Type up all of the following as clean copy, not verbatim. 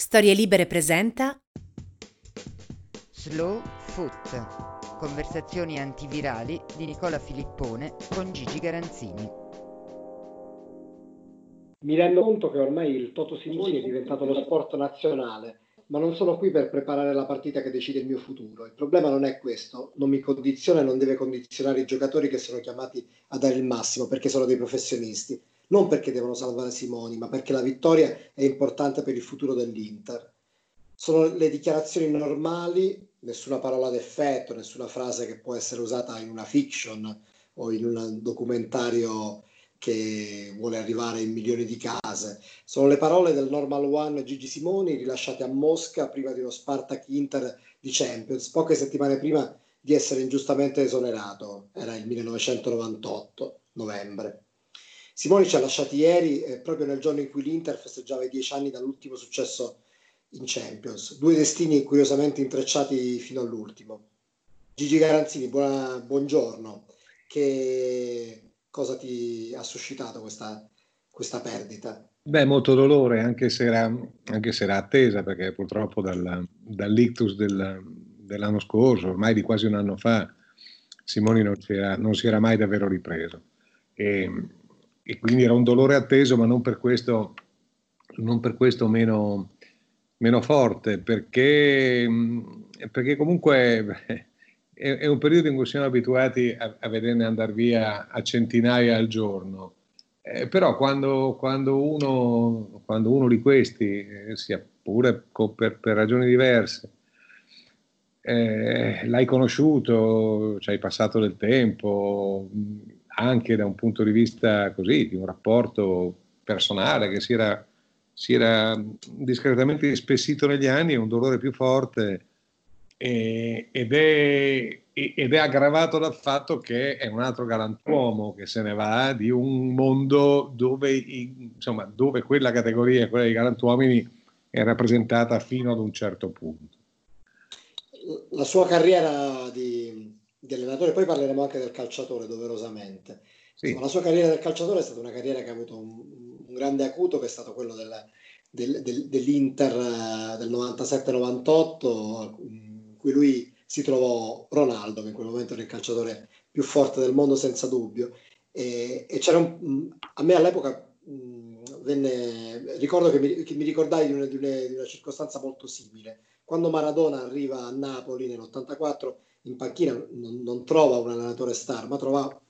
Storie Libere presenta Slow Foot, conversazioni antivirali di Nicola Filippone con Gigi Garanzini. Mi rendo conto che ormai il Toto Simoni è diventato lo sport nazionale, ma non sono qui per preparare la partita che decide il mio futuro. Il problema non è questo, non mi condiziona e non deve condizionare i giocatori che sono chiamati a dare il massimo perché sono dei professionisti, non perché devono salvare Simoni, ma perché la vittoria è importante per il futuro dell'Inter. Sono le dichiarazioni normali, nessuna parola d'effetto, nessuna frase che può essere usata in una fiction o in un documentario che vuole arrivare in milioni di case. Sono le parole del Normal One Gigi Simoni rilasciate a Mosca prima di uno Spartak Inter di Champions, poche settimane prima di essere ingiustamente esonerato. Era il 1998, novembre. Simoni ci ha lasciati ieri, proprio nel giorno in cui l'Inter festeggiava i 10 anni dall'ultimo successo in Champions. Due destini curiosamente intrecciati fino all'ultimo. Gigi Garanzini, buongiorno. Che cosa ti ha suscitato questa perdita? Beh, molto dolore, anche se era attesa, perché purtroppo dall'ictus dell'anno scorso, ormai di quasi un anno fa, Simoni non si era mai davvero ripreso. E quindi era un dolore atteso, ma non per questo meno forte, perché comunque è un periodo in cui siamo abituati a vederne andare via a centinaia al giorno. Però quando uno di questi, sia pure per ragioni diverse, l'hai conosciuto, ci hai passato del tempo, anche da un punto di vista così, di un rapporto personale che si era discretamente ispessito negli anni, è un dolore più forte ed è aggravato dal fatto che è un altro galantuomo che se ne va di un mondo dove quella categoria, quella dei galantuomini, è rappresentata fino ad un certo punto. La sua carriera di allenatore, poi parleremo anche del calciatore doverosamente. Sì. Insomma, la sua carriera del calciatore è stata una carriera che ha avuto un grande acuto, che è stato quello dell'Inter del 97-98, in cui lui si trovò Ronaldo, che in quel momento era il calciatore più forte del mondo senza dubbio. E c'era a me all'epoca ricordo che mi ricordai di una circostanza molto simile. Quando Maradona arriva a Napoli nell'84, in panchina non trova un allenatore star, ma trova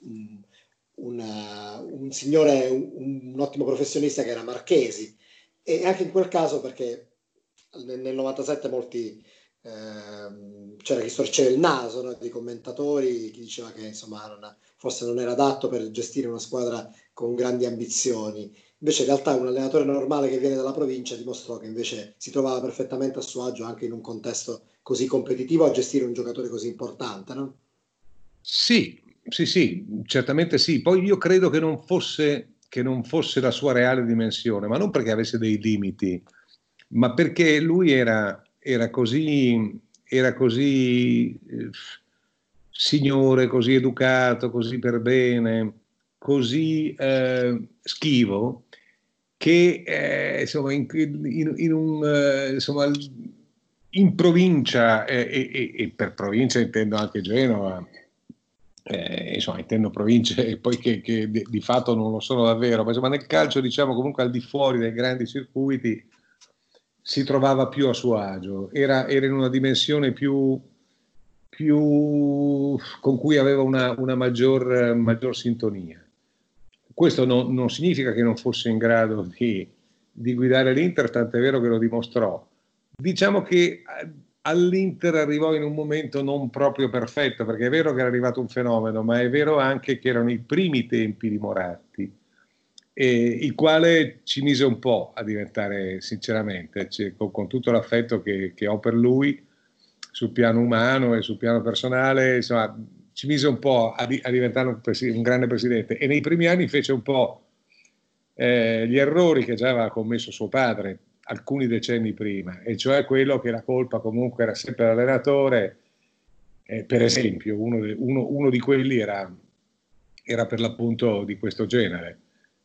un signore, un ottimo professionista che era Marchesi. E anche in quel caso, perché nel 97 molti c'era chi storceva il naso, no, dei commentatori, chi diceva che insomma forse non era adatto per gestire una squadra con grandi ambizioni. Invece in realtà un allenatore normale che viene dalla provincia dimostrò che invece si trovava perfettamente a suo agio anche in un contesto così competitivo a gestire un giocatore così importante, no? Sì, certamente sì. Poi io credo che non fosse la sua reale dimensione, ma non perché avesse dei limiti, ma perché lui era così signore, così educato, così per bene, così schivo, che insomma in provincia, e per provincia intendo anche Genova, insomma intendo province poi che di fatto non lo sono davvero, ma insomma nel calcio, diciamo, comunque al di fuori dei grandi circuiti si trovava più a suo agio, era in una dimensione più con cui aveva una maggior sintonia. Questo non significa che non fosse in grado di guidare l'Inter, tant'è vero che lo dimostrò. Diciamo che all'Inter arrivò in un momento non proprio perfetto, perché è vero che era arrivato un fenomeno, ma è vero anche che erano i primi tempi di Moratti, il quale ci mise un po' a diventare, sinceramente, con tutto l'affetto che ho per lui, sul piano umano e sul piano personale, insomma, ci mise un po' a diventare un grande presidente, e nei primi anni fece un po' gli errori che già aveva commesso suo padre alcuni decenni prima, e cioè quello che la colpa comunque era sempre l'allenatore. Per esempio, uno di quelli era per l'appunto di questo genere.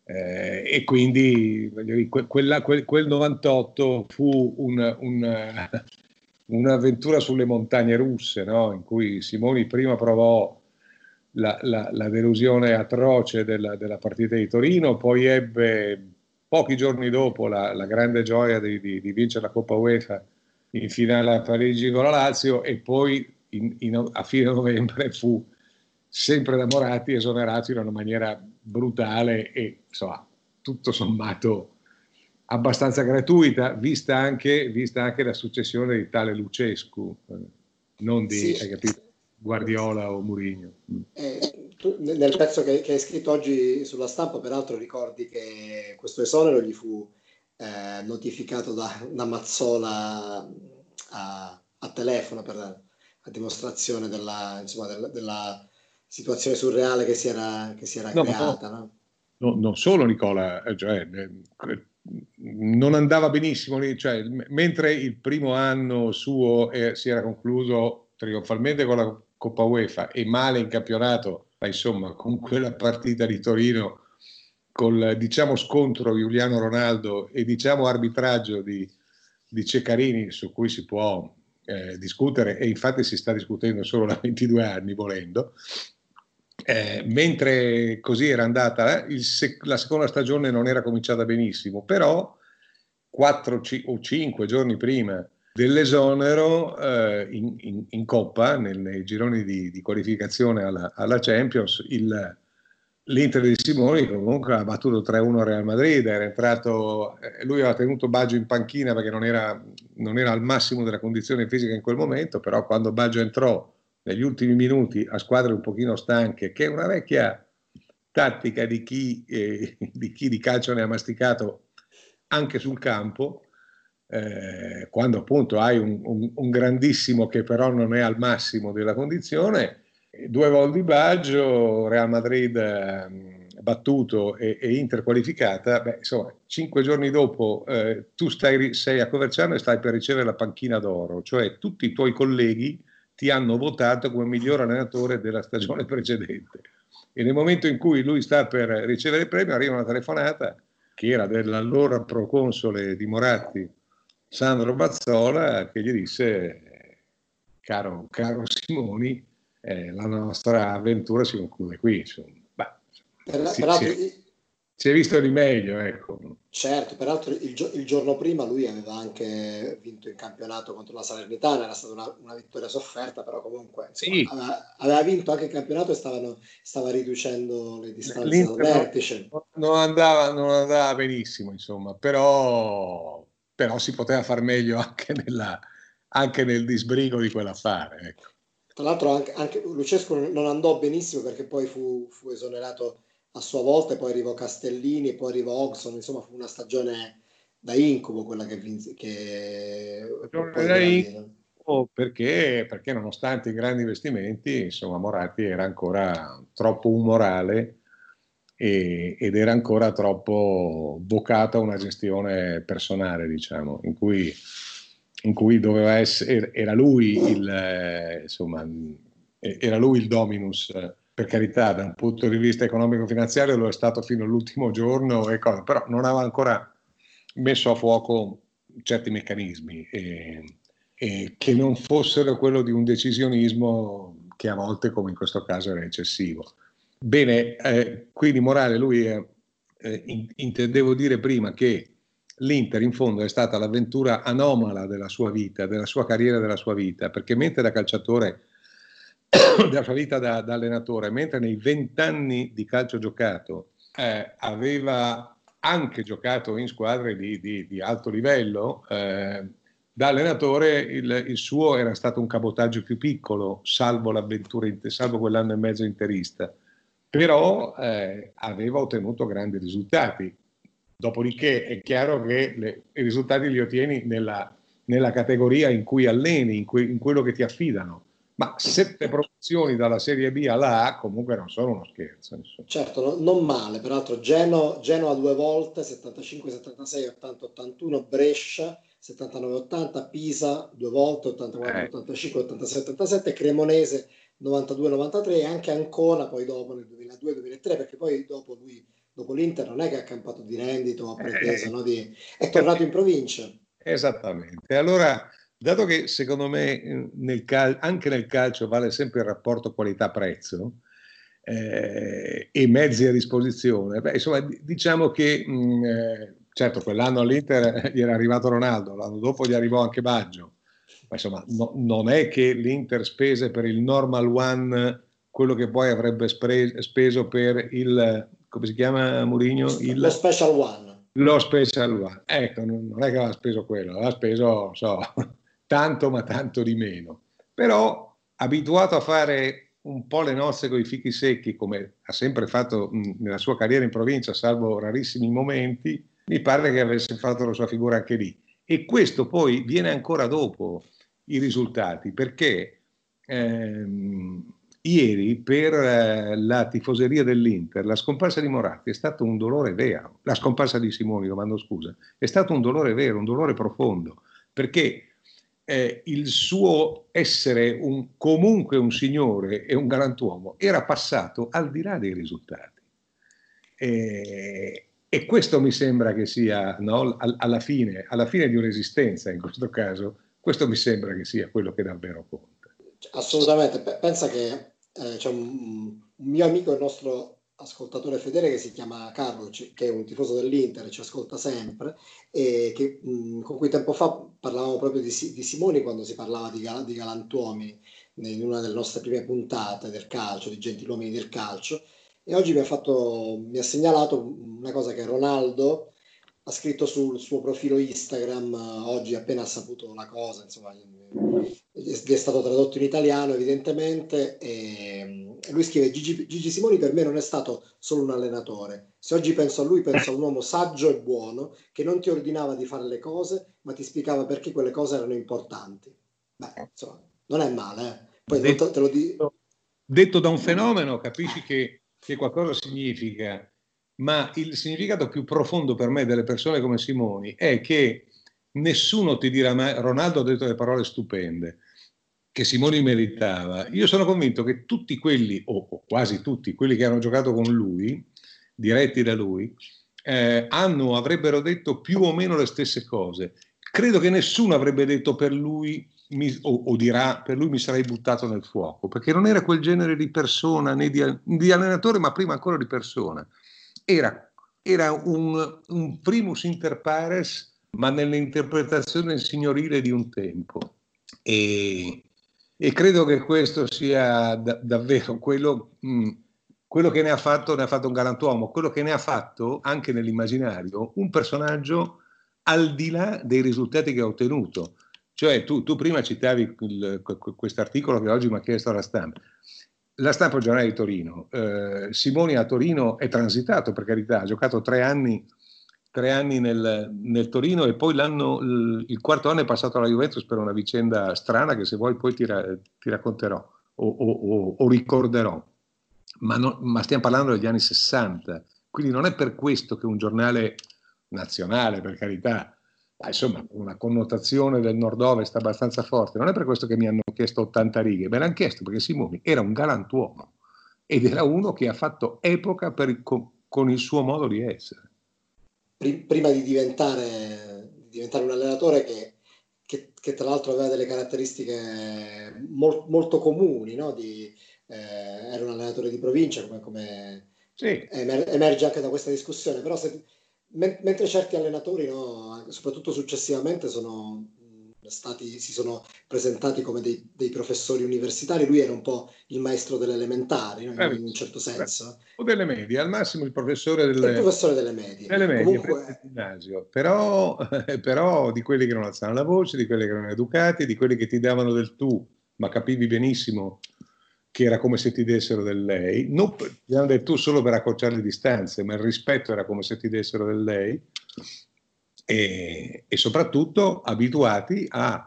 E quindi quel 98 fu un'avventura sulle montagne russe, no? In cui Simoni prima provò la delusione atroce della partita di Torino, poi ebbe pochi giorni dopo la grande gioia di vincere la Coppa UEFA in finale a Parigi con la Lazio, e poi a fine novembre fu sempre da Moratti esonerato in una maniera brutale e insomma tutto sommato abbastanza gratuita, vista anche la successione di tale Lucescu, non di, Sì. hai capito, Guardiola o Mourinho. Tu, nel pezzo che hai scritto oggi sulla Stampa, peraltro, ricordi che questo esonero gli fu notificato da Mazzola a telefono a dimostrazione della situazione surreale che si era creata. No? Non solo Nicola, cioè, non andava benissimo lì, cioè, mentre il primo anno suo si era concluso trionfalmente con la Coppa UEFA e male in campionato, ma insomma con quella partita di Torino, col diciamo scontro Giuliano Ronaldo e diciamo arbitraggio di Ceccarini, su cui si può discutere, e infatti si sta discutendo solo da 22 anni volendo. Mentre così era andata, la seconda stagione non era cominciata benissimo, però 4 o 5 giorni prima dell'esonero in Coppa, nei gironi di qualificazione alla Champions, l'Inter di Simoni comunque ha battuto 3-1 Real Madrid, era entrato, lui aveva tenuto Baggio in panchina perché non era al massimo della condizione fisica in quel momento, però quando Baggio entrò negli ultimi minuti a squadre un pochino stanche, che è una vecchia tattica di chi di calcio ne ha masticato anche sul campo, quando appunto hai un grandissimo che però non è al massimo della condizione, 2 gol di Baggio, Real Madrid battuto e Inter qualificata, insomma 5 giorni dopo tu sei a Coverciano e stai per ricevere la panchina d'oro, cioè tutti i tuoi colleghi ti hanno votato come miglior allenatore della stagione precedente, e nel momento in cui lui sta per ricevere il premio arriva una telefonata che era dell'allora proconsole di Moratti, Sandro Bazzola, che gli disse: caro Simoni, la nostra avventura si conclude qui, insomma. Si è visto di meglio, ecco. Certo, peraltro il giorno prima lui aveva anche vinto il campionato contro la Salernitana, era stata una vittoria sofferta, però comunque insomma, sì. aveva vinto anche il campionato e stava riducendo le distanze dal vertice. Non andava benissimo, insomma, però si poteva far meglio anche nel disbrigo di quell'affare, ecco. Tra l'altro anche Lucescu non andò benissimo perché poi fu esonerato a sua volta, e poi arrivò Castellini e poi arrivò Hodgson, insomma fu una stagione da incubo quella che vinse, perché nonostante i grandi investimenti, insomma, Moratti era ancora troppo umorale ed era ancora troppo vocato a una gestione personale, diciamo, in cui doveva essere, era lui il dominus. Per carità, da un punto di vista economico-finanziario lo è stato fino all'ultimo giorno, però non aveva ancora messo a fuoco certi meccanismi che non fossero quello di un decisionismo che a volte, come in questo caso, era eccessivo. Bene, quindi morale, lui intendevo dire prima che l'Inter in fondo è stata l'avventura anomala della sua vita, della sua carriera, della sua vita, perché mentre da calciatore, della sua vita da allenatore, mentre nei 20 anni di calcio giocato aveva anche giocato in squadre di alto livello, da allenatore il suo era stato un cabotaggio più piccolo, salvo quell'anno e mezzo interista, però aveva ottenuto grandi risultati. Dopodiché è chiaro che i risultati li ottieni nella categoria in cui alleni, in quello che ti affidano. Ma 7 promozioni dalla Serie B alla A comunque non sono uno scherzo. Insomma. Certo, non male. Peraltro Genoa 2 volte, 75, 76, 80, 81, Brescia 79, 80, Pisa 2 volte, 84, 85, 86, 87, Cremonese 92, 93 e anche Ancona poi dopo nel 2002, 2003, perché poi dopo lui dopo l'Inter non è che ha campato di rendito o a pretesa, no? È tornato in provincia. Esattamente. Allora, dato che secondo me anche nel calcio vale sempre il rapporto qualità-prezzo e mezzi a disposizione, insomma, diciamo che certo quell'anno all'Inter gli era arrivato Ronaldo, l'anno dopo gli arrivò anche Baggio, ma insomma non è che l'Inter spese per il normal one quello che poi avrebbe speso per il, come si chiama Mourinho? Lo special one. Lo special one. Ecco, non è che aveva speso quello, aveva speso, tanto ma tanto di meno. Però abituato a fare un po' le nozze con i fichi secchi, come ha sempre fatto nella sua carriera in provincia, salvo rarissimi momenti, mi pare che avesse fatto la sua figura anche lì. E questo poi viene ancora dopo i risultati, perché ieri per la tifoseria dell'Inter la scomparsa di Moratti è stato un dolore vero, la scomparsa di Simoni, domando scusa, è stato un dolore vero, un dolore profondo, perché il suo essere comunque un signore e un galantuomo era passato al di là dei risultati. E questo mi sembra che sia, no, alla fine di un'esistenza, in questo caso, questo mi sembra che sia quello che davvero conta. Assolutamente, pensa che c'è un mio amico, il nostro ascoltatore fedele, che si chiama Carlo, che è un tifoso dell'Inter, ci ascolta sempre, e con cui tempo fa parlavamo proprio di Simoni quando si parlava di galantuomini in una delle nostre prime puntate del calcio, di gentiluomini del calcio, e oggi mi ha segnalato una cosa che Ronaldo ha scritto sul suo profilo Instagram oggi, appena ha saputo la cosa, insomma, gli è stato tradotto in italiano evidentemente, e lui scrive: Gigi Simoni per me non è stato solo un allenatore, se oggi penso a lui penso a un uomo saggio e buono che non ti ordinava di fare le cose ma ti spiegava perché quelle cose erano importanti. Beh, insomma, non è male, poi te lo dico. Detto da un fenomeno capisci che qualcosa significa, ma il significato più profondo per me delle persone come Simoni è che nessuno ti dirà mai: Ronaldo ha detto le parole stupende che Simoni meritava. Io sono convinto che tutti quelli, o quasi tutti quelli che hanno giocato con lui, diretti da lui, avrebbero detto più o meno le stesse cose. Credo che nessuno avrebbe detto per lui o dirà per lui mi sarei buttato nel fuoco, perché non era quel genere di persona, né di allenatore, ma prima ancora di persona. Era un primus inter pares, ma nell'interpretazione signorile di un tempo. E credo che questo sia davvero quello che ne ha fatto un galantuomo, quello che ne ha fatto anche nell'immaginario un personaggio al di là dei risultati che ha ottenuto. Cioè tu prima citavi questo articolo che oggi mi ha chiesto la Stampa. La Stampa è un giornale di Torino. Simoni a Torino è transitato, per carità, ha giocato 3 anni nel Torino e poi il quarto anno è passato alla Juventus per una vicenda strana che se vuoi poi ti racconterò o ricorderò. Ma stiamo parlando degli anni 60, quindi non è per questo che un giornale nazionale, per carità, insomma una connotazione del nord-ovest abbastanza forte, non è per questo che mi hanno chiesto 80 righe, me l'hanno chiesto perché Simoni era un galantuomo ed era uno che ha fatto epoca con il suo modo di essere. Prima di diventare un allenatore che tra l'altro aveva delle caratteristiche molto comuni, no? Era un allenatore di provincia, come sì. Emerge anche da questa discussione, però mentre certi allenatori, no, soprattutto successivamente, si sono presentati come dei professori universitari, lui era un po' il maestro delle elementari, no? In un certo senso. O delle medie, al massimo il professore delle medie. Delle medie, Comunque, del ginnasio, però di quelli che non alzavano la voce, di quelli che erano educati, di quelli che ti davano del tu, ma capivi benissimo che era come se ti dessero del lei, non ti davano del tu solo per accorciare le distanze, ma il rispetto era come se ti dessero del lei, e soprattutto abituati a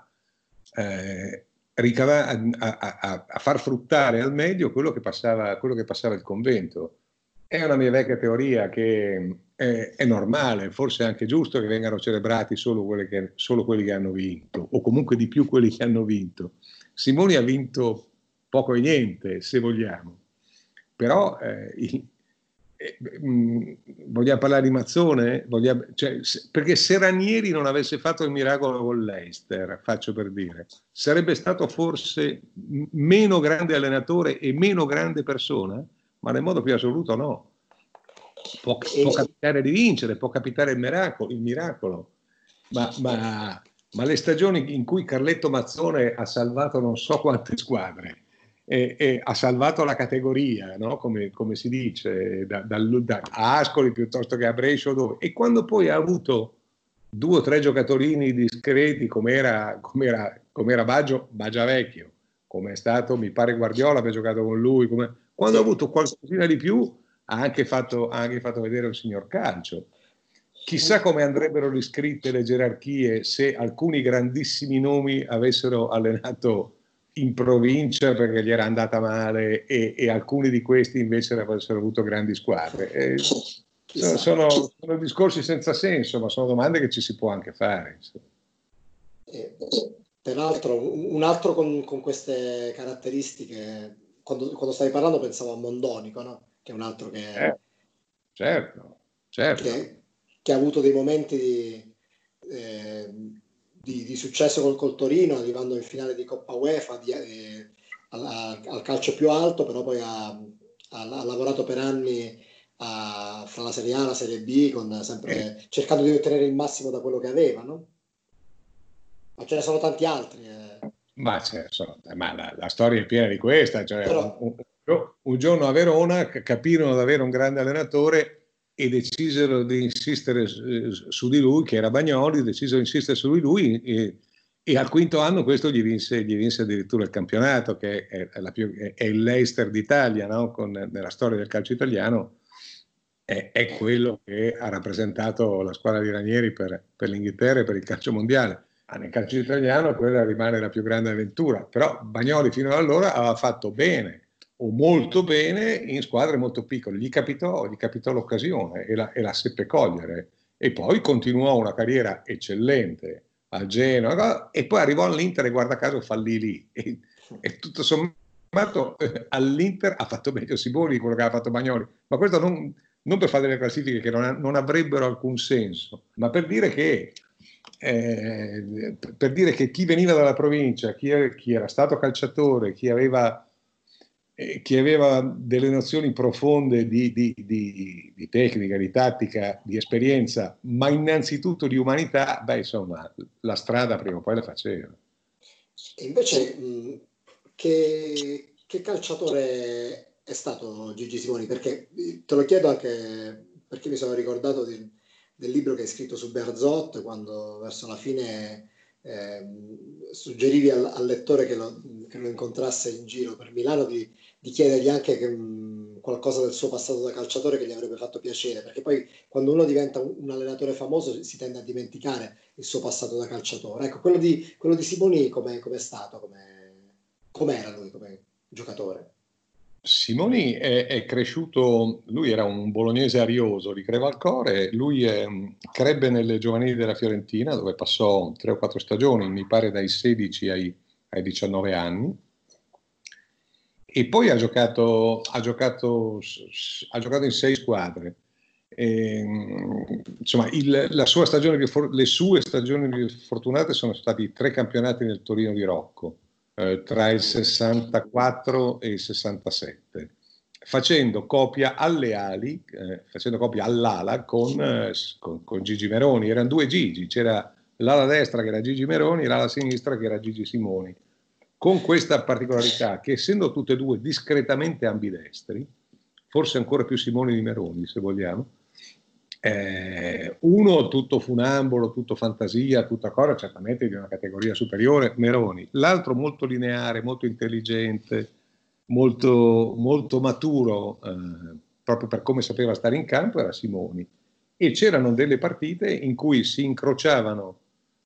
far fruttare al meglio quello che passava il convento. È una mia vecchia teoria che è normale, forse è anche giusto che vengano celebrati solo quelli che hanno vinto, o comunque di più quelli che hanno vinto. Simoni ha vinto poco e niente, se vogliamo, però Vogliamo parlare di Mazzone? Perché se Ranieri non avesse fatto il miracolo con l'Eister, faccio per dire, sarebbe stato forse meno grande allenatore e meno grande persona? Ma nel modo più assoluto no. Può capitare di vincere, può capitare il miracolo, ma le stagioni in cui Carletto Mazzone ha salvato non so quante squadre, e ha salvato la categoria, no? come si dice, da Ascoli piuttosto che a Brescia, e quando poi ha avuto 2 o 3 giocatorini discreti, come era Baggia Vecchio, come è stato, mi pare, Guardiola, che ha giocato con lui, quando ha avuto qualcosina di più ha anche fatto vedere un signor calcio. Chissà come andrebbero riscritte le gerarchie se alcuni grandissimi nomi avessero allenato in provincia perché gli era andata male, e alcuni di questi invece avessero avuto grandi squadre. Sono discorsi senza senso, ma sono domande che ci si può anche fare. Peraltro, un altro con queste caratteristiche, quando stavi parlando pensavo a Mondonico, no? Che è un altro che... certo. Che ha avuto dei momenti di successo col Torino, arrivando in finale di Coppa UEFA, al calcio più alto, però poi ha lavorato per anni fra la Serie A e la Serie B, sempre cercando di ottenere il massimo da quello che aveva, no? Ma ce ne sono tanti altri. Ma la storia è piena di questa, cioè però... un giorno a Verona capirono di avere un grande allenatore e decisero di insistere su di lui, che era Bagnoli, decisero di insistere su di lui, e al quinto anno questo gli vinse addirittura il campionato, che è il Leicester d'Italia, no? Nella storia del calcio italiano è quello che ha rappresentato la squadra di Ranieri per l'Inghilterra e per il calcio mondiale. Nel calcio italiano quella rimane la più grande avventura, però Bagnoli fino ad allora aveva fatto bene o molto bene in squadre molto piccole, gli capitò l'occasione e la seppe cogliere, e poi continuò una carriera eccellente al Genoa, e poi arrivò all'Inter e guarda caso fallì lì, e tutto sommato all'Inter ha fatto meglio Simoni di quello che ha fatto Bagnoli, ma questo non per fare delle classifiche che non avrebbero alcun senso, ma per dire che chi veniva dalla provincia, chi era stato calciatore, chi aveva delle nozioni profonde di tecnica, di tattica, di esperienza, ma innanzitutto di umanità, insomma, la strada prima o poi la faceva. E invece, che calciatore è stato Gigi Simoni? Perché te lo chiedo anche perché mi sono ricordato del libro che hai scritto su Bearzot, quando verso la fine suggerivi al lettore che lo incontrasse in giro per Milano di chiedergli anche qualcosa del suo passato da calciatore che gli avrebbe fatto piacere, perché poi quando uno diventa un allenatore famoso si tende a dimenticare il suo passato da calciatore. Ecco, quello di Simoni com'è stato? Com'era lui come giocatore? Simoni è cresciuto, lui era un bolognese arioso di Crevalcore, lui crebbe nelle giovanili della Fiorentina, dove passò 3 o 4 stagioni, mi pare dai 16 ai 19 anni, e poi ha giocato in 6 squadre. Insomma, le sue stagioni più fortunate sono stati 3 campionati nel Torino di Rocco, tra il 64 e il 67, facendo copia alle ali, facendo copia all'ala con Gigi Meroni. Erano 2 Gigi, c'era l'ala destra che era Gigi Meroni e l'ala sinistra che era Gigi Simoni, con questa particolarità che, essendo tutte e 2 discretamente ambidestri, forse ancora più Simoni di Meroni se vogliamo, uno tutto funambolo, tutto fantasia, tutta cosa, certamente di una categoria superiore, Meroni, l'altro molto lineare, molto intelligente, molto, molto maturo, proprio per come sapeva stare in campo, era Simoni. E c'erano delle partite in cui si incrociavano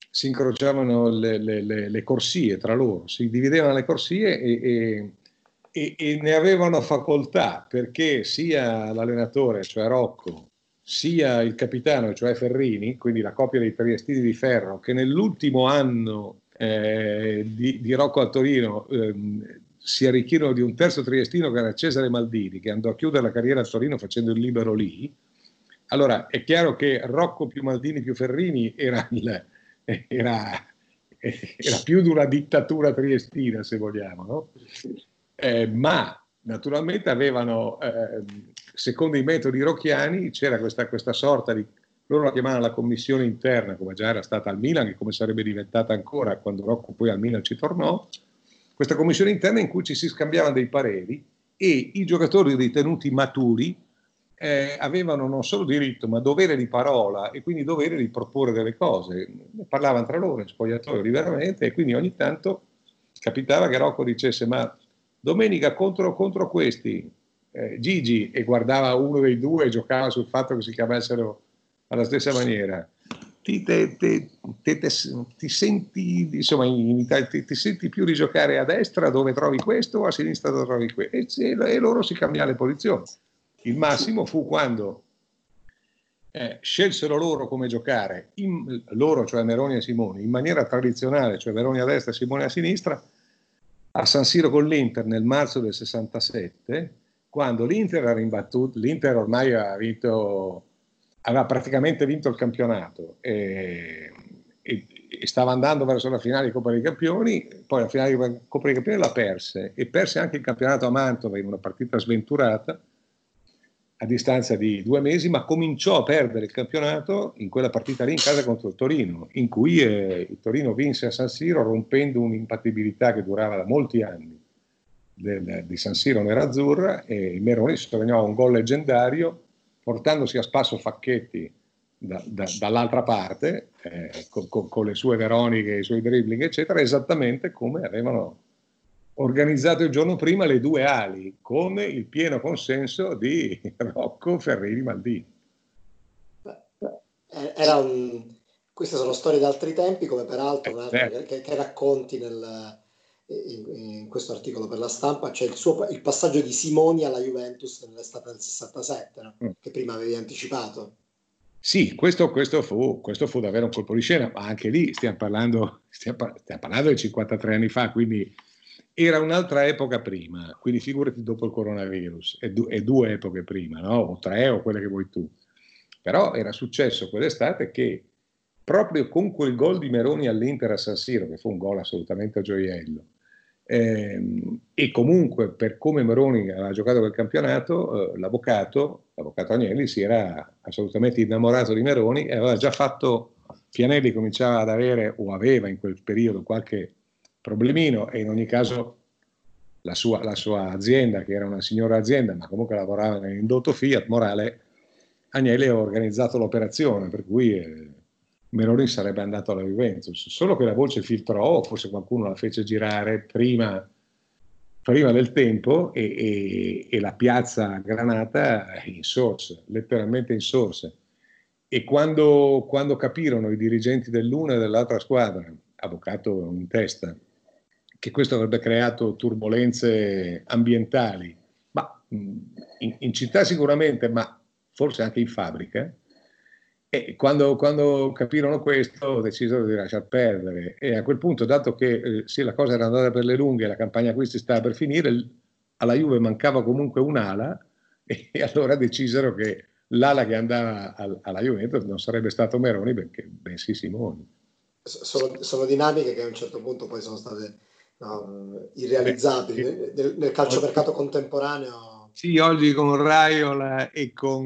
le corsie tra loro, si dividevano le corsie e ne avevano facoltà, perché sia l'allenatore, cioè Rocco, sia il capitano, cioè Ferrini, quindi la coppia dei triestini di ferro, che nell'ultimo anno di Rocco a Torino si arricchirono di un terzo triestino che era Cesare Maldini, che andò a chiudere la carriera a Torino facendo il libero lì. Allora è chiaro che Rocco più Maldini più Ferrini era più di una dittatura triestina, se vogliamo, no? Ma naturalmente avevano, secondo i metodi rocchiani, c'era questa sorta di, loro la chiamavano la commissione interna, come già era stata al Milan e come sarebbe diventata ancora quando Rocco poi al Milan ci tornò, questa commissione interna in cui ci si scambiavano dei pareri e i giocatori ritenuti maturi avevano non solo diritto ma dovere di parola e quindi dovere di proporre delle cose. Parlavano tra loro in spogliatoio liberamente e quindi ogni tanto capitava che Rocco dicesse ma domenica contro questi Gigi, e guardava uno dei due e giocava sul fatto che si chiamassero alla stessa maniera. Ti senti, insomma, in Italia, ti senti più di giocare a destra dove trovi questo o a sinistra dove trovi questo, e loro si cambiavano le posizioni. Il massimo fu quando scelsero loro come giocare, loro, cioè Meroni e Simoni, in maniera tradizionale, cioè Meroni a destra e Simone a sinistra, a San Siro con l'Inter nel marzo del 67, quando l'Inter era imbattuto, l'Inter ormai aveva praticamente vinto il campionato e stava andando verso la finale di Coppa dei Campioni, poi la finale di Coppa dei Campioni la perse e perse anche il campionato a Mantova in una partita sventurata a distanza di 2 mesi, ma cominciò a perdere il campionato in quella partita lì in casa contro il Torino, in cui il Torino vinse a San Siro rompendo un'impatibilità che durava da molti anni di San Siro nerazzurra, e Meroni sognò un gol leggendario portandosi a spasso Facchetti dall'altra parte con le sue veroniche, i suoi dribbling eccetera, esattamente come avevano organizzato il giorno prima le due ali, con il pieno consenso di Rocco, Ferrini, Maldini. Queste sono storie d'altri tempi, come peraltro un'altra certo. che racconti in questo articolo per La Stampa, c'è il passaggio di Simoni alla Juventus nell'estate del 67, no? Che prima avevi anticipato. Sì, questo fu davvero un colpo di scena, ma anche lì stiamo parlando di 53 anni fa, quindi era un'altra epoca prima, quindi figurati dopo il coronavirus, e 2 epoche prima, no? O 3 o quelle che vuoi tu. Però era successo quell'estate che proprio con quel gol di Meroni all'Inter a San Siro, che fu un gol assolutamente a gioiello, e comunque per come Meroni aveva giocato quel campionato, l'avvocato Agnelli si era assolutamente innamorato di Meroni e aveva già fatto, Pianelli cominciava ad avere o aveva in quel periodo qualche problemino, e in ogni caso la sua azienda, che era una signora azienda ma comunque lavorava nell'indotto Fiat Morale, Agnelli aveva organizzato l'operazione per cui Meroni sarebbe andato alla Juventus, solo che la voce filtrò, o forse qualcuno la fece girare prima del tempo, e la piazza Granata insorse, letteralmente insorse. E quando capirono i dirigenti dell'una e dell'altra squadra, avvocato in testa, che questo avrebbe creato turbolenze ambientali, ma in città sicuramente, ma forse anche in fabbrica, e quando capirono questo decisero di lasciar perdere, e a quel punto, dato che sì, la cosa era andata per le lunghe, la campagna acquisti stava per finire, alla Juve mancava comunque un'ala, e allora decisero che l'ala che andava alla Juventus non sarebbe stato Meroni, bensì Simoni. Sono dinamiche che a un certo punto poi sono state irrealizzabili nel calciomercato contemporaneo. Sì, oggi con Raiola e con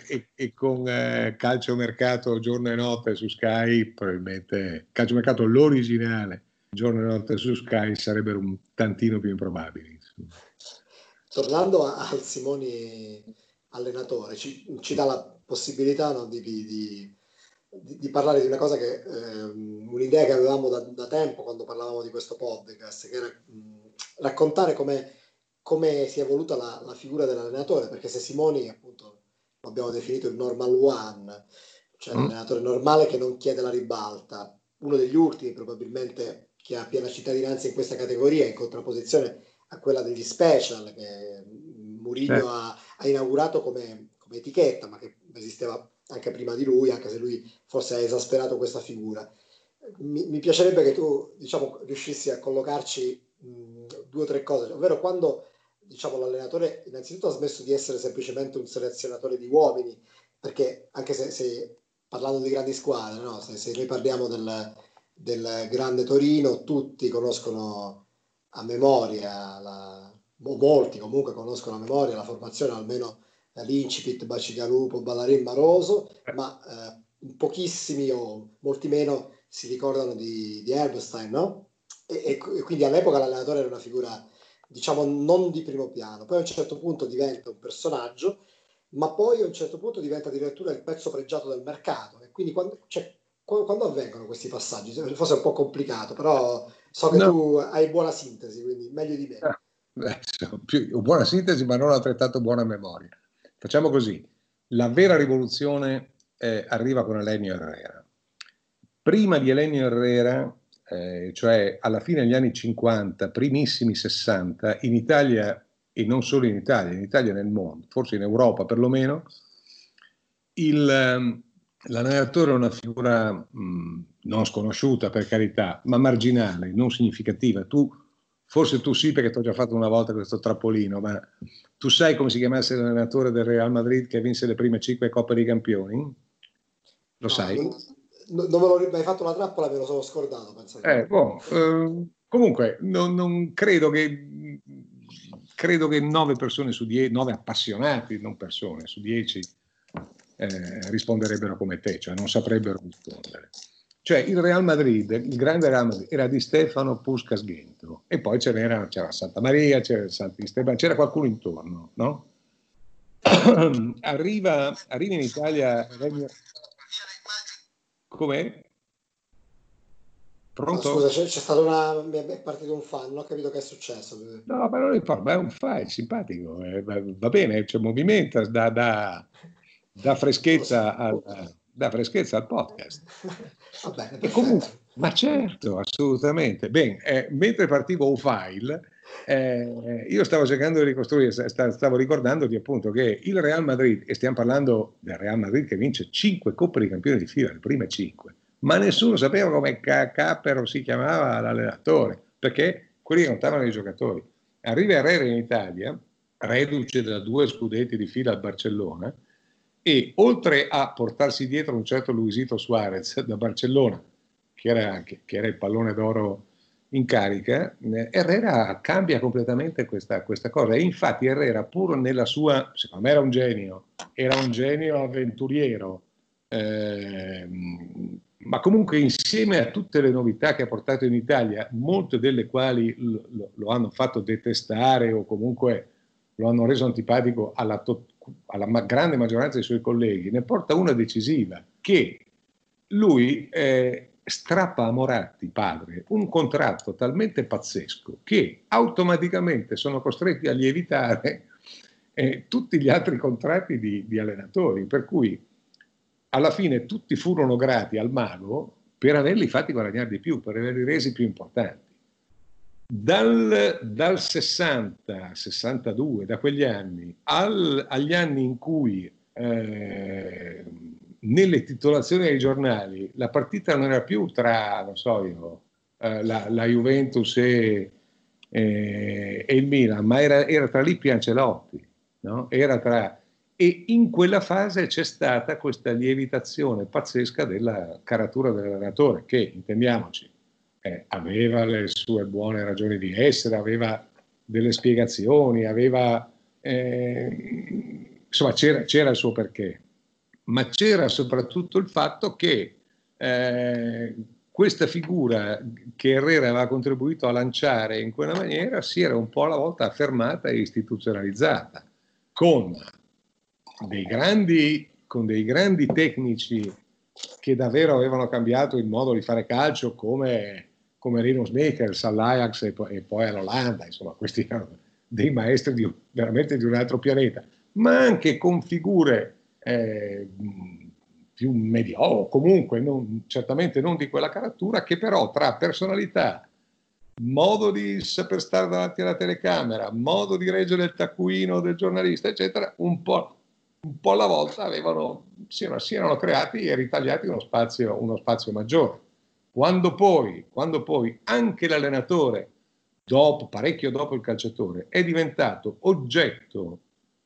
calciomercato giorno e notte su Sky, probabilmente calciomercato l'originale giorno e notte su Sky sarebbero un tantino più improbabili. Tornando al Simoni allenatore, ci dà la possibilità, no, di parlare di una cosa che un'idea che avevamo da tempo quando parlavamo di questo podcast, che era raccontare come si è evoluta la figura dell'allenatore, perché se Simoni, appunto, lo abbiamo definito il normal one, cioè l'allenatore normale che non chiede la ribalta, uno degli ultimi probabilmente che ha piena cittadinanza in questa categoria, in contrapposizione a quella degli special che Mourinho ha inaugurato come etichetta, ma che esisteva anche prima di lui, anche se lui forse ha esasperato questa figura. Mi piacerebbe che tu, diciamo, riuscissi a collocarci due o tre cose, ovvero quando diciamo l'allenatore innanzitutto ha smesso di essere semplicemente un selezionatore di uomini, perché anche se parlando di grandi squadre, no? Se noi parliamo del grande Torino, tutti conoscono a memoria, molti comunque conoscono a memoria la formazione, almeno l'Incipit, Bacigalupo, Ballarin, Maroso, ma pochissimi o molti meno si ricordano di Erbstein, no? E quindi all'epoca l'allenatore era una figura, diciamo, non di primo piano. Poi a un certo punto diventa un personaggio, ma poi a un certo punto diventa addirittura il pezzo pregiato del mercato. E quindi quando avvengono questi passaggi? Forse è un po' complicato, però so che tu hai buona sintesi, quindi meglio di me. Adesso, buona sintesi, ma non altrettanto buona memoria. Facciamo così: la vera rivoluzione arriva con Elenio Herrera. Prima di Elenio Herrera, cioè alla fine degli anni 50, primissimi 60, in Italia, e non solo in Italia e nel mondo, forse in Europa perlomeno, l'allenatore è una figura non sconosciuta, per carità, ma marginale, non significativa. Forse tu sì, perché ti ho già fatto una volta questo trappolino, ma tu sai come si chiamasse l'allenatore del Real Madrid che vinse le prime 5 Coppe dei Campioni? Lo sai? Non me lo hai fatto la trappola, me lo sono scordato. Comunque, non credo che 9 persone su 10, 9 appassionati, non persone, su 10 risponderebbero come te, cioè non saprebbero rispondere. Cioè il Real Madrid, il grande Real Madrid, era di Stefano Puskás Gento, e poi c'era Santa Maria, c'era Sant'Isteban, c'era qualcuno intorno, no? Arriva in Italia. Com'è? Pronto? No, scusa, c'è stato è partito un fan, non ho capito che è successo. No, ma non importa, ma è un file simpatico, va bene, c'è movimento, dà freschezza al podcast. Va bene, E comunque, ma certo, assolutamente. Bene, mentre partivo un file, io stavo cercando di ricostruire, stavo ricordandoti appunto che il Real Madrid, e stiamo parlando del Real Madrid che vince 5 Coppe dei Campioni di fila, le prime 5, ma nessuno sapeva come Capero si chiamava l'allenatore, perché quelli che contavano i giocatori. Arriva Herrera in Italia, reduce da 2 scudetti di fila al Barcellona, e oltre a portarsi dietro un certo Luisito Suarez da Barcellona, che era il pallone d'oro in carica, Herrera cambia completamente questa cosa. E infatti Herrera, pur nella sua, secondo me era un genio avventuriero, ma comunque insieme a tutte le novità che ha portato in Italia, molte delle quali lo hanno fatto detestare o comunque lo hanno reso antipatico alla grande maggioranza dei suoi colleghi, ne porta una decisiva, che lui strappa a Moratti, padre, un contratto talmente pazzesco che automaticamente sono costretti a lievitare tutti gli altri contratti di allenatori, per cui alla fine tutti furono grati al mago per averli fatti guadagnare di più, per averli resi più importanti. Dal 60, 62, da quegli anni, agli anni in cui nelle titolazioni dei giornali la partita non era più tra, non so io, la Juventus e il Milan, ma era tra Lippi e Ancelotti, no? E in quella fase c'è stata questa lievitazione pazzesca della caratura dell'allenatore, che, intendiamoci, aveva le sue buone ragioni di essere, aveva delle spiegazioni, insomma c'era il suo perché, ma c'era soprattutto il fatto che questa figura che Herrera aveva contribuito a lanciare in quella maniera si era un po' alla volta affermata e istituzionalizzata, con dei grandi tecnici che davvero avevano cambiato il modo di fare calcio, come Rinus Michels all'Ajax e poi all'Olanda. Insomma, questi erano dei maestri veramente di un altro pianeta, ma anche con figure più mediocre, comunque certamente non di quella caratura, che però tra personalità, modo di saper stare davanti alla telecamera, modo di reggere il taccuino del giornalista, eccetera, un po' alla volta si erano creati e ritagliati uno spazio maggiore. Quando poi anche l'allenatore parecchio dopo il calciatore, è diventato oggetto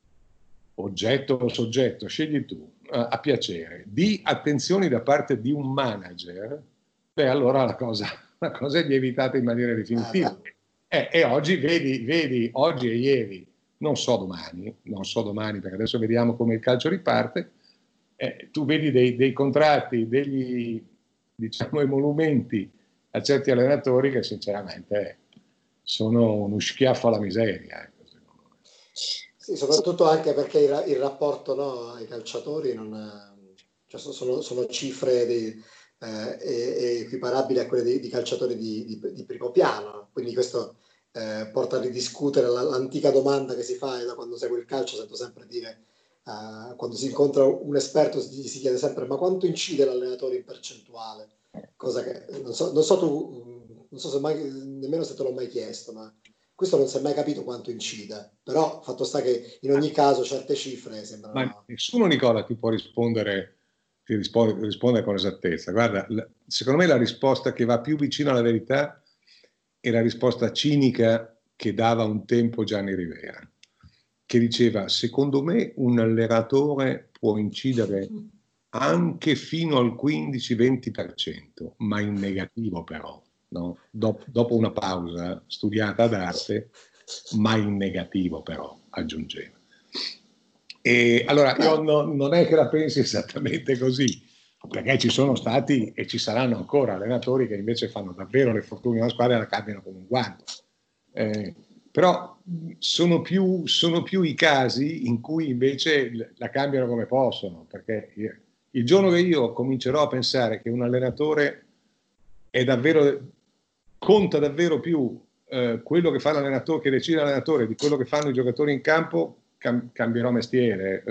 o soggetto, scegli tu, a piacere, di attenzioni da parte di un manager, beh, allora la cosa è lievitata in maniera definitiva. E oggi vedi, oggi e ieri, non so domani, perché adesso vediamo come il calcio riparte, tu vedi dei contratti, degli, diciamo, emolumenti a certi allenatori che sinceramente sono uno schiaffo alla miseria. Sì, soprattutto anche perché il rapporto, no, ai calciatori cioè sono cifre equiparabili a quelle di calciatori di primo piano, quindi questo porta a ridiscutere l'antica domanda che si fa da quando segue il calcio. Sento sempre dire, quando si incontra un esperto si chiede sempre: ma quanto incide l'allenatore in percentuale? Cosa che non so tu, non so se mai, nemmeno se te l'ho mai chiesto, ma questo non si è mai capito quanto incida, però fatto sta che in ogni caso certe cifre sembrano... Ma nessuno, Nicola, ti può rispondere con esattezza. Guarda, secondo me la risposta che va più vicino alla verità è la risposta cinica che dava un tempo Gianni Rivera, che diceva: secondo me un allenatore può incidere anche fino al 15-20%, ma in negativo però, no? Dopo una pausa studiata ad arte, ma in negativo però, aggiungeva. E allora io non è che la pensi esattamente così, perché ci sono stati e ci saranno ancora allenatori che invece fanno davvero le fortune della squadra e la cambiano come un guanto. Però sono più i casi in cui invece la cambiano come possono, perché il giorno che io comincerò a pensare che un allenatore conta davvero più quello che fa l'allenatore, che decide l'allenatore, di quello che fanno i giocatori in campo, cambierò mestiere,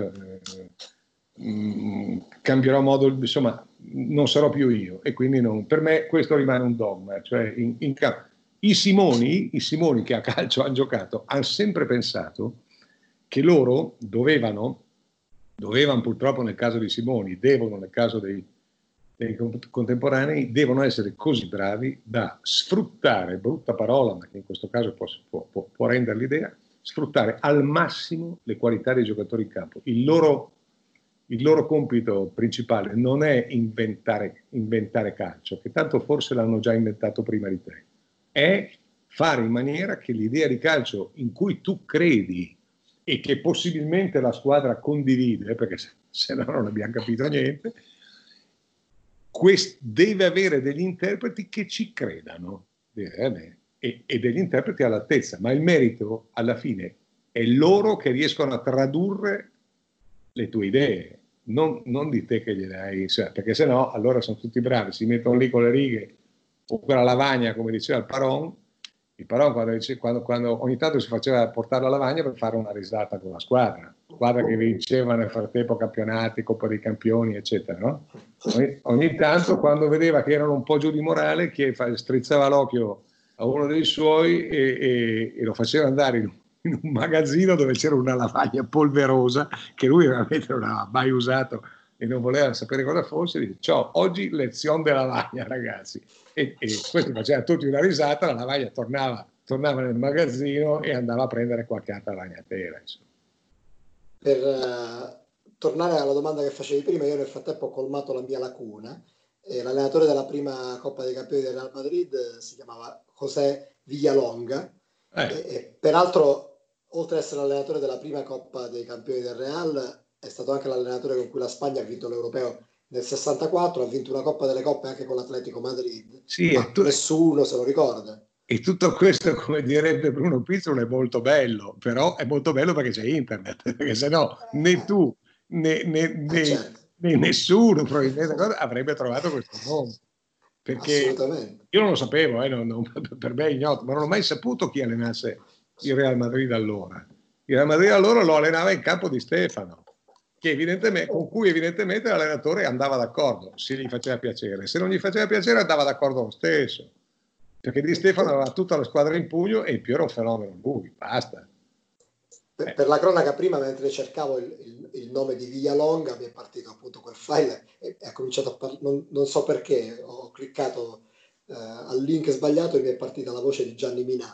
cambierò modo, insomma, non sarò più io, e quindi per me questo rimane un dogma. Cioè in campo i Simoni che a calcio hanno giocato hanno sempre pensato che loro dovevano purtroppo nel caso di Simoni, devono nel caso dei contemporanei, devono essere così bravi da sfruttare, brutta parola ma che in questo caso può rendere l'idea, sfruttare al massimo le qualità dei giocatori in campo. Il loro compito principale non è inventare calcio, che tanto forse l'hanno già inventato prima di te, è fare in maniera che l'idea di calcio in cui tu credi e che possibilmente la squadra condivide, perché se no non abbiamo capito niente, deve avere degli interpreti che ci credano e degli interpreti all'altezza, ma il merito alla fine è loro che riescono a tradurre le tue idee, non di te che gliele hai, perché sennò allora sono tutti bravi, si mettono lì con le righe o quella lavagna, come diceva il Paron quando ogni tanto si faceva portare la lavagna per fare una risata con la squadra che vinceva nel frattempo campionati, Coppa dei Campioni, eccetera, no? Ogni tanto, quando vedeva che erano un po' giù di morale, strizzava l'occhio a uno dei suoi e lo faceva andare in un magazzino dove c'era una lavagna polverosa che lui veramente non aveva mai usato e non voleva sapere cosa fosse. Dice: ciao, oggi lezione della lavagna, ragazzi. E questo faceva tutti una risata, la lavagna tornava nel magazzino e andava a prendere qualche altra ragnatela. Per tornare alla domanda che facevi prima, io nel frattempo ho colmato la mia lacuna. L'allenatore della prima Coppa dei Campioni del Real Madrid si chiamava José Villalonga e peraltro, oltre ad essere l'allenatore della prima Coppa dei Campioni del Real, è stato anche l'allenatore con cui la Spagna ha vinto l'Europeo nel 64, ha vinto una Coppa delle Coppe anche con l'Atletico Madrid, sì, ma nessuno se lo ricorda. E tutto questo, come direbbe Bruno Pizzolo, è molto bello, però è molto bello perché c'è internet, perché sennò né tu né nessuno probabilmente avrebbe trovato questo nome. Perché io non lo sapevo, per me è ignoto, ma non ho mai saputo chi allenasse il Real Madrid allora. Il Real Madrid allora lo allenava in campo Di Stefano, con cui evidentemente l'allenatore andava d'accordo, se gli faceva piacere. Se non gli faceva piacere andava d'accordo lo stesso, perché Di Stefano aveva tutta la squadra in pugno e in più era un fenomeno lui, basta. Per la cronaca, prima, mentre cercavo il nome di Villalonga, mi è partito appunto quel file e ha cominciato a non so perché, ho cliccato al link sbagliato e mi è partita la voce di Gianni Minà.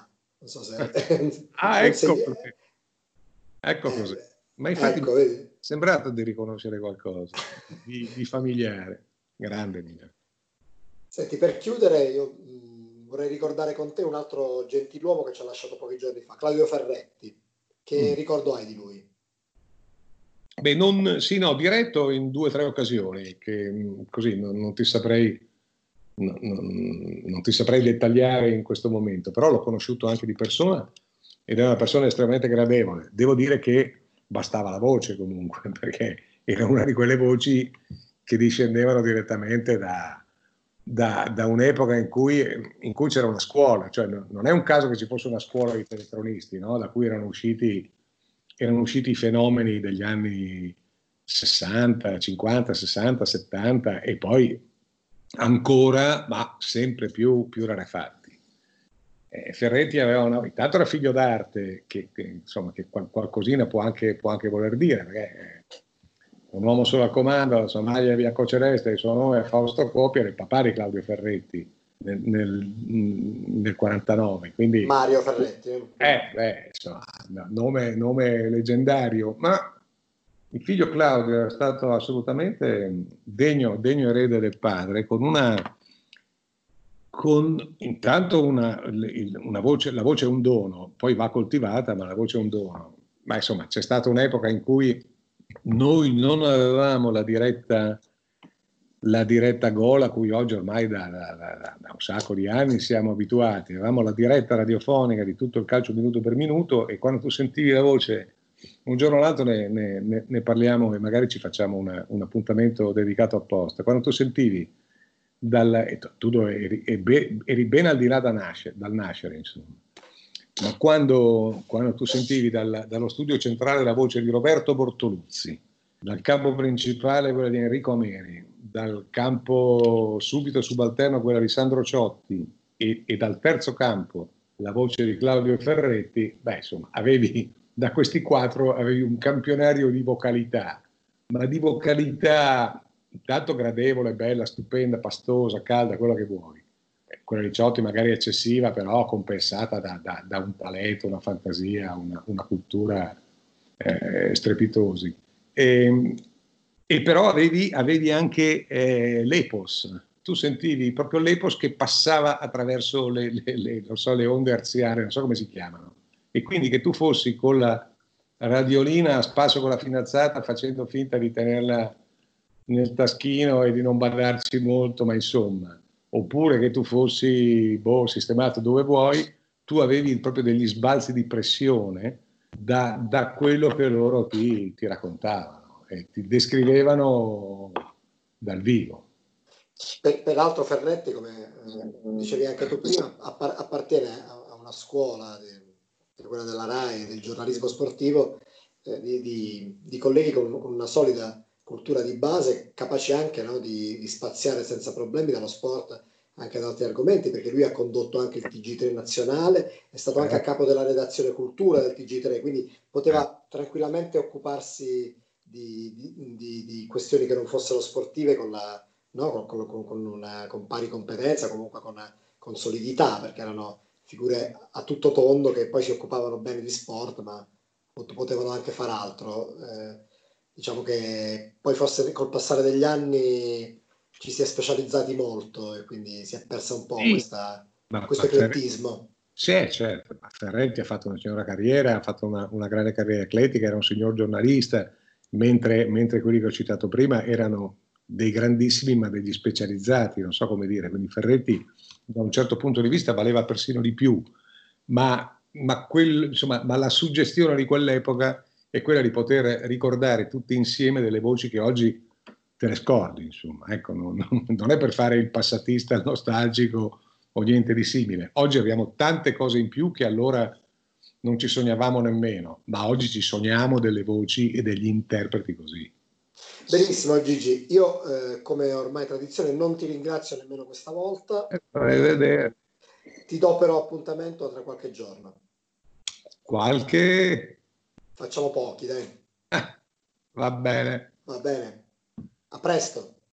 Non so se... ecco così. Ecco così. Ma infatti ecco, mi è sembrato di riconoscere qualcosa di familiare. Grande mia. Senti, per chiudere, io vorrei ricordare con te un altro gentiluomo che ci ha lasciato pochi giorni fa, Claudio Ferretti. Che ricordo hai di lui? Beh, diretto in 2 o 3 occasioni, che così non ti saprei, non ti saprei dettagliare in questo momento, però l'ho conosciuto anche di persona ed è una persona estremamente gradevole. Devo dire che bastava la voce comunque, perché era una di quelle voci che discendevano direttamente da un'epoca in cui c'era una scuola, cioè non è un caso che ci fosse una scuola di teletronisti, no? Da cui erano usciti i fenomeni degli anni 60, 50, 60, 70 e poi ancora, ma sempre più rarefatti. Ferretti intanto era figlio d'arte, insomma, che qualcosina può anche voler dire, perché un uomo solo al comando, la sua maglia è Bianco Celeste, il suo nome è Fausto Coppi, era il papà di Claudio Ferretti nel 49. Quindi, Mario Ferretti. Insomma, nome leggendario, ma il figlio Claudio era stato assolutamente degno erede del padre, con intanto una voce, la voce è un dono, poi va coltivata, ma la voce è un dono. Ma insomma, c'è stata un'epoca in cui noi non avevamo la diretta gola a cui oggi ormai da un sacco di anni siamo abituati. Avevamo la diretta radiofonica di tutto il calcio minuto per minuto e quando tu sentivi la voce, un giorno o l'altro ne parliamo e magari ci facciamo un appuntamento dedicato apposta. Quando tu sentivi tu eri ben al di là dal nascere, insomma. Ma quando tu sentivi dallo studio centrale la voce di Roberto Bortoluzzi, dal campo principale quella di Enrico Ameri, dal campo subito subalterno quella di Sandro Ciotti e dal terzo campo la voce di Claudio Ferretti, insomma, da questi 4 avevi un campionario di vocalità, ma di vocalità intanto gradevole, bella, stupenda, pastosa, calda, quello che vuoi. Quella di Ciotti magari eccessiva, però compensata da un talento, una fantasia, una cultura strepitosi. E però avevi anche l'epos. Tu sentivi proprio l'epos che passava attraverso non so, le onde arziane, non so come si chiamano. E quindi che tu fossi con la radiolina a spasso con la fidanzata facendo finta di tenerla nel taschino e di non badarci molto, ma insomma, oppure che tu fossi sistemato dove vuoi, tu avevi proprio degli sbalzi di pressione da quello che loro ti raccontavano e ti descrivevano dal vivo. Peraltro Ferretti, come dicevi anche tu prima, appartiene a una scuola, quella della RAI, del giornalismo sportivo, di colleghi con una solida cultura di base, capaci anche, no, di spaziare senza problemi dallo sport anche ad altri argomenti, perché lui ha condotto anche il TG3 nazionale, è stato anche a capo della redazione cultura del TG3, quindi poteva tranquillamente occuparsi di questioni che non fossero sportive con pari competenza, comunque con solidità, perché erano figure a tutto tondo che poi si occupavano bene di sport, ma potevano anche far altro. Diciamo che poi forse col passare degli anni ci si è specializzati molto e quindi si è persa un po' questo eclettismo. Sì, certo. Ferretti ha fatto una signora carriera, ha fatto una grande carriera atletica, era un signor giornalista, mentre quelli che ho citato prima erano dei grandissimi ma degli specializzati, non so come dire. Quindi Ferretti da un certo punto di vista valeva persino di più, ma la suggestione di quell'epoca è quella di poter ricordare tutti insieme delle voci che oggi te le scordi, insomma. Ecco, non è per fare il passatista nostalgico o niente di simile. Oggi abbiamo tante cose in più che allora non ci sognavamo nemmeno, ma oggi ci sogniamo delle voci e degli interpreti così. Benissimo Gigi, io come ormai tradizione non ti ringrazio nemmeno questa volta. Ti do però appuntamento tra qualche giorno. Facciamo pochi, dai. Va bene. Va bene. A presto.